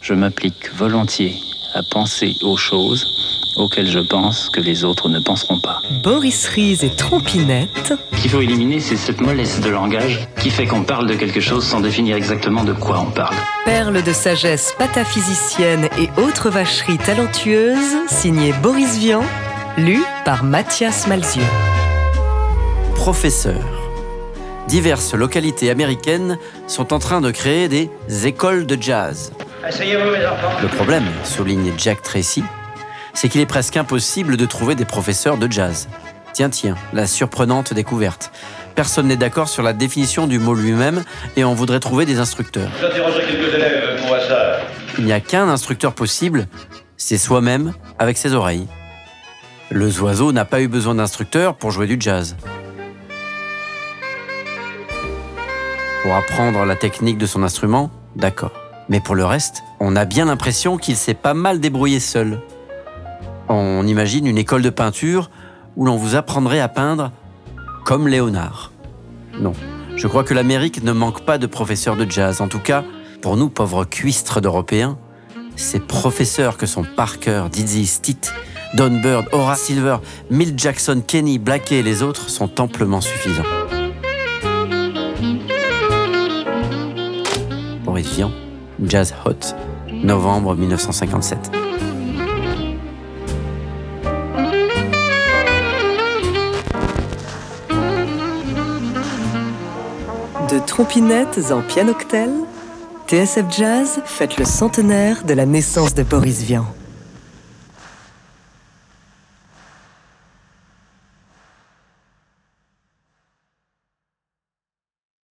Je m'applique volontiers à penser aux choses auxquelles je pense que les autres ne penseront pas. Boris Ries et Trompinette. Ce qu'il faut éliminer, c'est cette mollesse de langage qui fait qu'on parle de quelque chose sans définir exactement de quoi on parle. Perles de sagesse pataphysicienne et autres vacheries talentueuses, signé Boris Vian, lu par Mathias Malzieu. Professeur. Diverses localités américaines sont en train de créer des écoles de jazz. Asseyez-vous, mes enfants. Le problème, souligne Jack Tracy, c'est qu'il est presque impossible de trouver des professeurs de jazz. Tiens, la surprenante découverte. Personne n'est d'accord sur la définition du mot lui-même et on voudrait trouver des instructeurs. Vous interrogerez quelques élèves pour ça. Il n'y a qu'un instructeur possible, c'est soi-même avec ses oreilles. Le Zoiseau n'a pas eu besoin d'instructeur pour jouer du jazz. Pour apprendre la technique de son instrument, d'accord. Mais pour le reste, on a bien l'impression qu'il s'est pas mal débrouillé seul. On imagine une école de peinture où l'on vous apprendrait à peindre comme Léonard. Non, je crois que l'Amérique ne manque pas de professeurs de jazz. En tout cas, pour nous, pauvres cuistres d'Européens, ces professeurs que sont Parker, Dizzy, Stitt, Don Bird, Horace Silver, Milt Jackson, Kenny, Blackie et les autres sont amplement suffisants. Boris Vian, Jazz Hot, novembre 1957. De Trompinettes en pianoctel, TSF Jazz fête le centenaire de la naissance de Boris Vian.